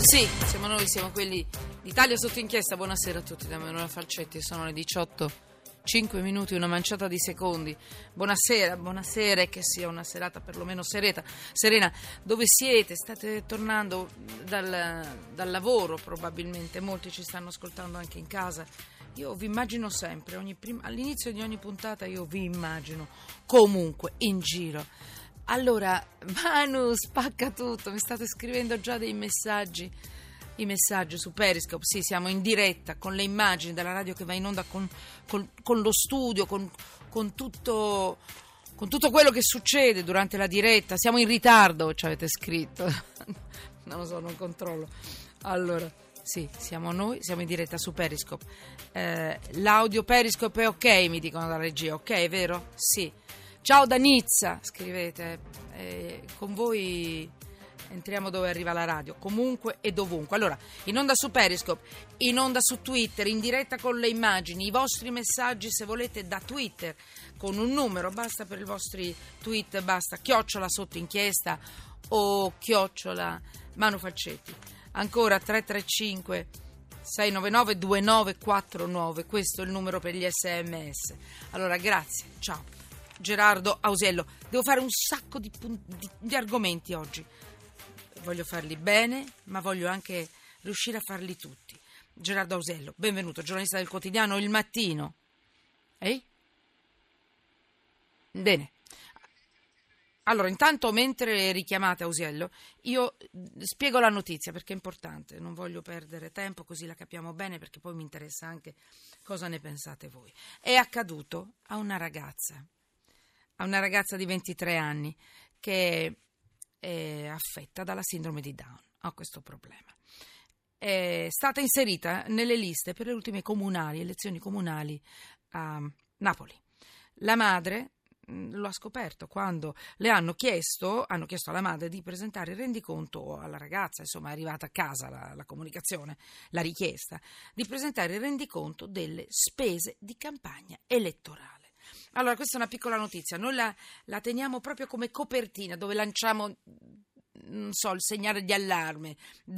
Sì, siamo noi, siamo quelli d'Italia sotto inchiesta. Buonasera a tutti da Manuela Falcetti, sono le 18, 5 minuti, una manciata di secondi. Buonasera e che sia una serata perlomeno serena. Dove siete? State tornando dal lavoro probabilmente, molti ci stanno ascoltando anche in casa. Io vi immagino sempre, all'inizio di ogni puntata io vi immagino comunque in giro. Allora, Manu, spacca tutto, mi state scrivendo già dei messaggi, i messaggi su Periscope. Sì, siamo in diretta con le immagini della radio che va in onda con lo studio, con tutto quello che succede durante la diretta. Siamo in ritardo, ci avete scritto. Non lo so, non controllo. Allora, sì, siamo noi, siamo in diretta su Periscope. L'audio Periscope è ok, mi dicono dalla regia, ok, è vero? Sì. Ciao da Nizza, scrivete, con voi entriamo dove arriva la radio, comunque e dovunque. Allora, in onda su Periscope, in onda su Twitter, in diretta con le immagini, i vostri messaggi se volete da Twitter, con un numero, basta per i vostri tweet, basta chiocciola sotto inchiesta o chiocciola Manu Falcetti. Ancora 335 699 2949, questo è il numero per gli SMS. Allora, grazie, ciao. Gerardo Ausiello, devo fare un sacco di argomenti oggi, voglio farli bene ma voglio anche riuscire a farli tutti. Gerardo Ausiello, benvenuto, giornalista del quotidiano Il Mattino. Bene, allora intanto mentre richiamate Ausiello io spiego la notizia perché è importante, non voglio perdere tempo, così la capiamo bene, perché poi mi interessa anche cosa ne pensate voi. È accaduto a una ragazza di 23 anni che è affetta dalla sindrome di Down, ha questo problema. È stata inserita nelle liste per le ultime elezioni comunali a Napoli. La madre lo ha scoperto quando le hanno chiesto alla madre di presentare il rendiconto alla ragazza, insomma è arrivata a casa la comunicazione, la richiesta di presentare il rendiconto delle spese di campagna elettorale. Allora, questa è una piccola notizia, noi la teniamo proprio come copertina, dove lanciamo, non so, il segnale di allarme,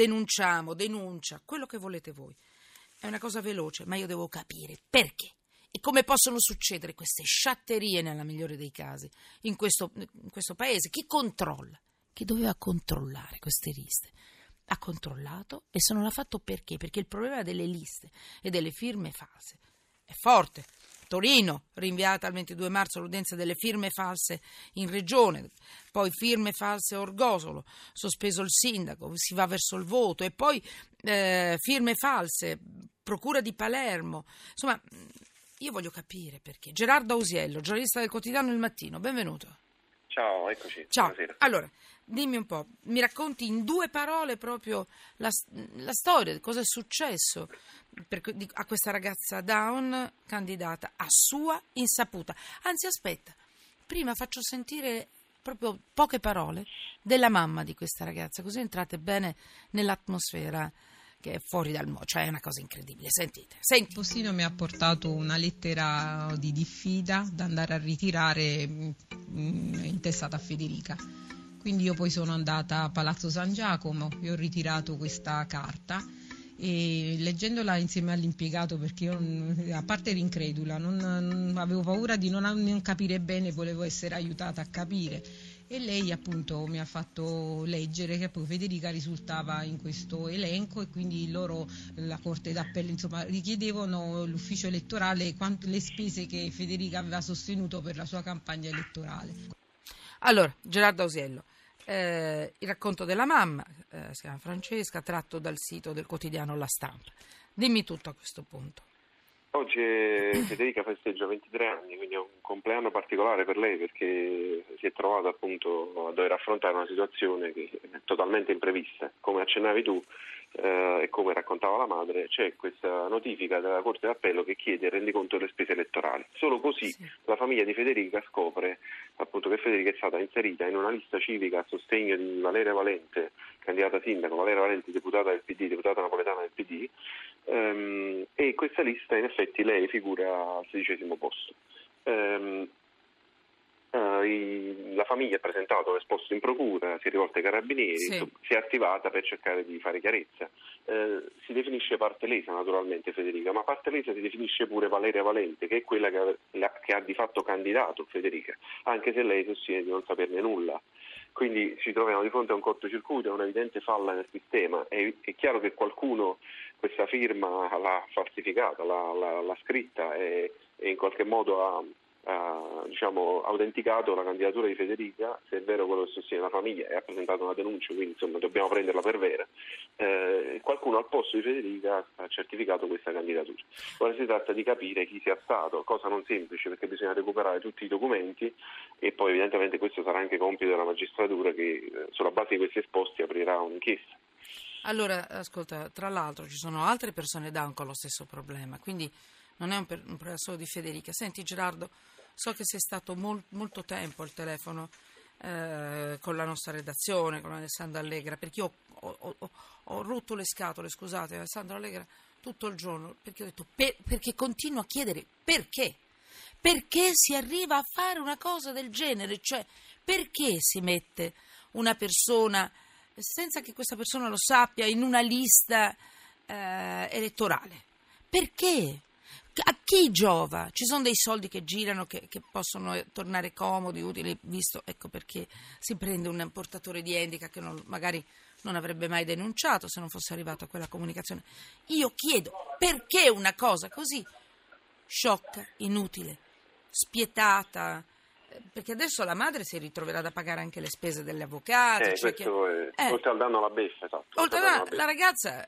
denuncia, quello che volete voi. È una cosa veloce, ma io devo capire perché e come possono succedere queste sciatterie, nella migliore dei casi, in questo paese. Chi controlla? Chi doveva controllare queste liste? Ha controllato e se non l'ha fatto perché? Perché il problema delle liste e delle firme false è forte. Torino, rinviata al 22 marzo l'udienza delle firme false in regione, poi firme false a Orgosolo, sospeso il sindaco, si va verso il voto, e poi firme false, procura di Palermo. Insomma, io voglio capire perché. Gerardo Ausiello, giornalista del quotidiano Il Mattino, benvenuto. Ciao, eccoci. Ciao. Buonasera. Allora, dimmi un po', mi racconti in 2 parole proprio la storia, cosa è successo a questa ragazza Down candidata a sua insaputa. Anzi, aspetta, prima faccio sentire proprio poche parole della mamma di questa ragazza, così entrate bene nell'atmosfera che è fuori dal cioè è una cosa incredibile. Senti. Il postino mi ha portato una lettera di diffida da andare a ritirare intestata a Federica. Quindi io poi sono andata a Palazzo San Giacomo e ho ritirato questa carta, e leggendola insieme all'impiegato, perché io, a parte ero incredula, non avevo paura di non capire bene, volevo essere aiutata a capire, e lei appunto mi ha fatto leggere che poi Federica risultava in questo elenco, e quindi la Corte d'Appello, insomma, richiedevano l'ufficio elettorale le spese che Federica aveva sostenuto per la sua campagna elettorale. Allora, Gerardo Ausiello, il racconto della mamma, si chiama Francesca, tratto dal sito del quotidiano La Stampa. Dimmi tutto a questo punto. Oggi Federica festeggia 23 anni, quindi è un compleanno particolare per lei, perché si è trovata appunto a dover affrontare una situazione che è totalmente imprevista. Come accennavi tu e come raccontava la madre, c'è questa notifica della Corte d'Appello che chiede il rendiconto delle spese elettorali. Solo così la famiglia di Federica scopre appunto che Federica è stata inserita in una lista civica a sostegno di Valeria Valente, candidata sindaco, Valeria Valente deputata del PD, deputata napoletana del PD, e questa lista in effetti lei figura al 16° posto. La famiglia ha presentato l'esposto in procura, si è rivolta ai carabinieri, Sì. si è attivata per cercare di fare chiarezza. Si definisce parte lesa naturalmente Federica, ma parte lesa si definisce pure Valeria Valente, che è quella che ha di fatto candidato Federica, anche se lei sostiene di non saperne nulla. Quindi ci troviamo di fronte a un cortocircuito, a un'evidente falla nel sistema. È chiaro che qualcuno questa firma l'ha falsificata, l'ha scritta e in qualche modo ha autenticato la candidatura di Federica, se è vero quello che sostiene la famiglia, e ha presentato una denuncia, quindi insomma dobbiamo prenderla per vera. Qualcuno al posto di Federica ha certificato questa candidatura. Ora si tratta di capire chi sia stato, cosa non semplice perché bisogna recuperare tutti i documenti e poi evidentemente questo sarà anche compito della magistratura che sulla base di questi esposti aprirà un'inchiesta. Allora, ascolta, tra l'altro ci sono altre persone Down con lo stesso problema, quindi non è un problema solo di Federica. Senti Gerardo, so che sei stato molto tempo al telefono con la nostra redazione, con Alessandro Allegra, perché io ho rotto le scatole, scusate, Alessandro Allegra, tutto il giorno, perché ho detto, perché continuo a chiedere perché? Perché si arriva a fare una cosa del genere? Cioè, perché si mette una persona, senza che questa persona lo sappia, in una lista elettorale? Perché? A chi giova? Ci sono dei soldi che girano che possono tornare comodi, utili, visto, ecco perché si prende un portatore di handicap che magari non avrebbe mai denunciato se non fosse arrivato a quella comunicazione. Io chiedo perché una cosa così sciocca, inutile, spietata, perché adesso la madre si ritroverà da pagare anche le spese degli avvocati. Questo è oltre al danno alla beffa, esatto. La ragazza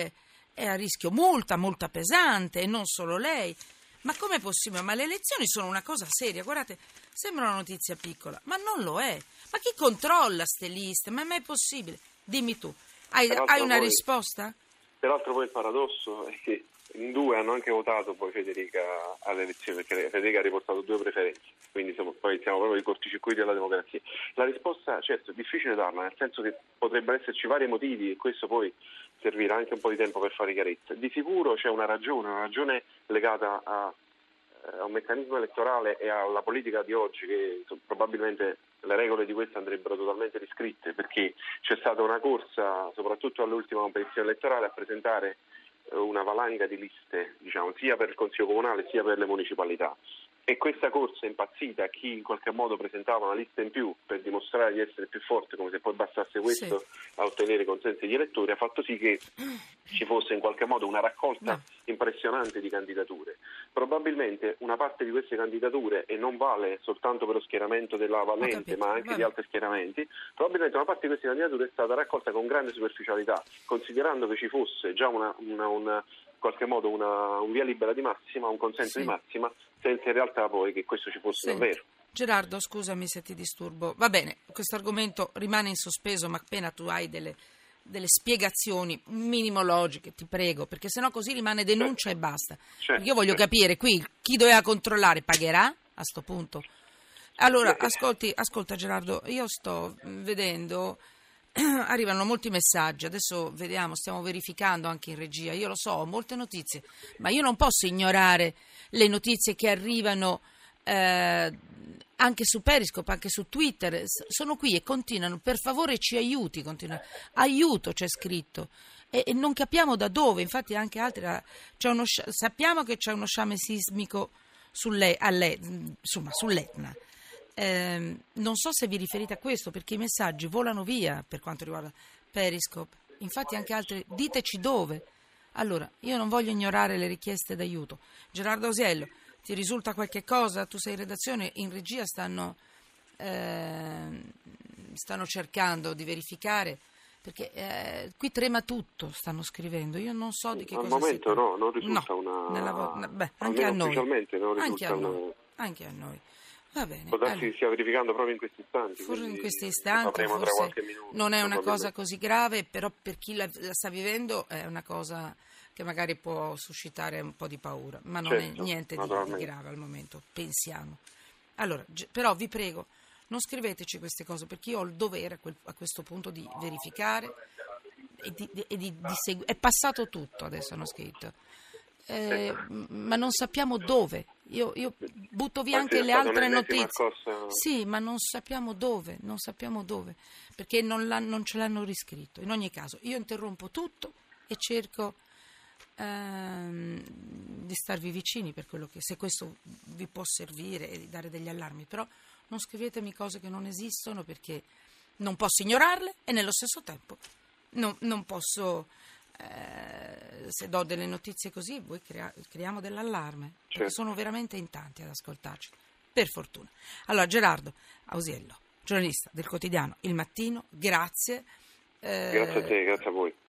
è a rischio multa pesante, e non solo lei. Ma com'è possibile? Ma le elezioni sono una cosa seria, guardate, sembra una notizia piccola, ma non lo è. Ma chi controlla ste liste? Ma è mai possibile? Dimmi tu, hai una risposta? Peraltro poi il paradosso è che in 2 hanno anche votato poi Federica alle elezioni, perché Federica ha riportato 2 preferenze, quindi insomma poi siamo proprio ai cortocircuiti della democrazia. La risposta, certo, è difficile darla, nel senso che potrebbero esserci vari motivi e questo poi servirà anche un po' di tempo per fare chiarezza. Di sicuro c'è una ragione legata a un meccanismo elettorale e alla politica di oggi che probabilmente le regole di questo andrebbero totalmente riscritte, perché c'è stata una corsa, soprattutto all'ultima competizione elettorale, a presentare una valanga di liste, sia per il Consiglio Comunale sia per le municipalità. E questa corsa impazzita a chi in qualche modo presentava una lista in più per dimostrare di essere più forte, come se poi bastasse questo a ottenere i consensi degli elettori, ha fatto sì che ci fosse in qualche modo una raccolta impressionante di candidature. Probabilmente una parte di queste candidature, e non vale soltanto per lo schieramento della Valente ma anche di altri schieramenti, probabilmente una parte di queste candidature è stata raccolta con grande superficialità, considerando che ci fosse già in qualche modo un via libera di massima, un consenso di massima, senza in realtà poi che questo ci fosse davvero. Gerardo, scusami se ti disturbo. Va bene, questo argomento rimane in sospeso, ma appena tu hai delle spiegazioni minimo logiche, ti prego, perché sennò così rimane denuncia e basta. Io voglio capire qui chi doveva controllare pagherà a sto punto. Allora, ascolta Gerardo, io sto vedendo, arrivano molti messaggi, adesso vediamo, stiamo verificando anche in regia, io lo so, ho molte notizie, ma io non posso ignorare le notizie che arrivano anche su Periscope, anche su Twitter, sono qui e continuano, per favore ci aiuti, aiuto c'è scritto e non capiamo da dove, infatti anche altri, sappiamo che c'è uno sciame sismico sull'Etna. Non so se vi riferite a questo perché i messaggi volano via per quanto riguarda Periscope, infatti anche altri, diteci dove. Allora, io non voglio ignorare le richieste d'aiuto. Gerardo Ausiello, ti risulta qualche cosa? Tu sei in redazione, in regia stanno cercando di verificare perché qui trema tutto, stanno scrivendo, io non so di che cosa si tratta. Al momento non risulta anche a noi, ufficialmente non risulta anche a noi. Va bene. Può darsi che stia verificando proprio in questi istanti. Forse in questi istanti, non è una cosa così grave, però per chi la sta vivendo è una cosa che magari può suscitare un po' di paura, ma non è niente di grave al momento, pensiamo. Allora, però vi prego, non scriveteci queste cose, perché io ho il dovere a questo punto di verificare e di seguire. È passato tutto, adesso hanno scritto. Ma non sappiamo dove. Io butto via Oggi anche è le stata altre un'ennesima notizie. scossa. Sì, ma non sappiamo dove, perché non ce l'hanno riscritto. In ogni caso, io interrompo tutto e cerco di starvi vicini per quello che, se questo vi può servire e di dare degli allarmi, però non scrivetemi cose che non esistono, perché non posso ignorarle e nello stesso tempo non posso, se do delle notizie così, voi creiamo dell'allarme, perché Certo. sono veramente in tanti ad ascoltarci, per fortuna. Allora, Gerardo Ausiello, giornalista del quotidiano Il Mattino, grazie. Grazie a te, grazie a voi.